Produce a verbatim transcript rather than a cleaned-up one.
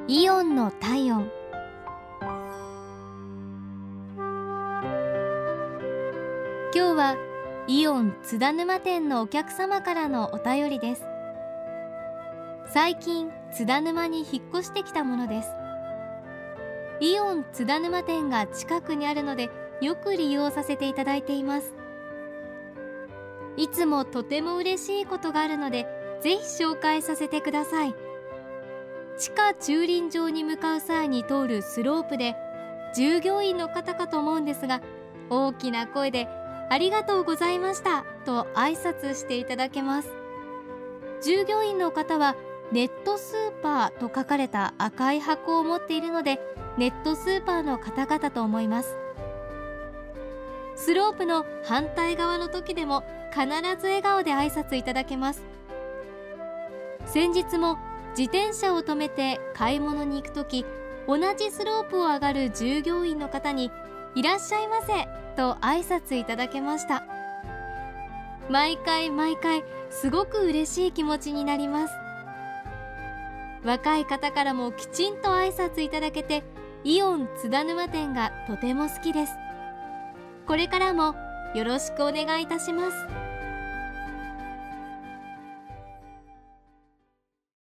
イオンの体温。今日はイオン津田沼店のお客様からのお便りです。最近津田沼に引っ越してきたものです。イオン津田沼店が近くにあるのでよく利用させていただいています。いつもとても嬉しいことがあるのでぜひ紹介させてください。地下駐輪場に向かう際に通るスロープで従業員の方かと思うんですが、大きな声でありがとうございましたと挨拶していただけます。従業員の方はネットスーパーと書かれた赤い箱を持っているのでネットスーパーの方々と思います。スロープの反対側の時でも必ず笑顔で挨拶いただけます。先日も自転車を止めて買い物に行くとき、同じスロープを上がる従業員の方にいらっしゃいませと挨拶いただけました。毎回毎回すごく嬉しい気持ちになります。若い方からもきちんと挨拶いただけてイオン津田沼店がとても好きです。これからもよろしくお願いいたします。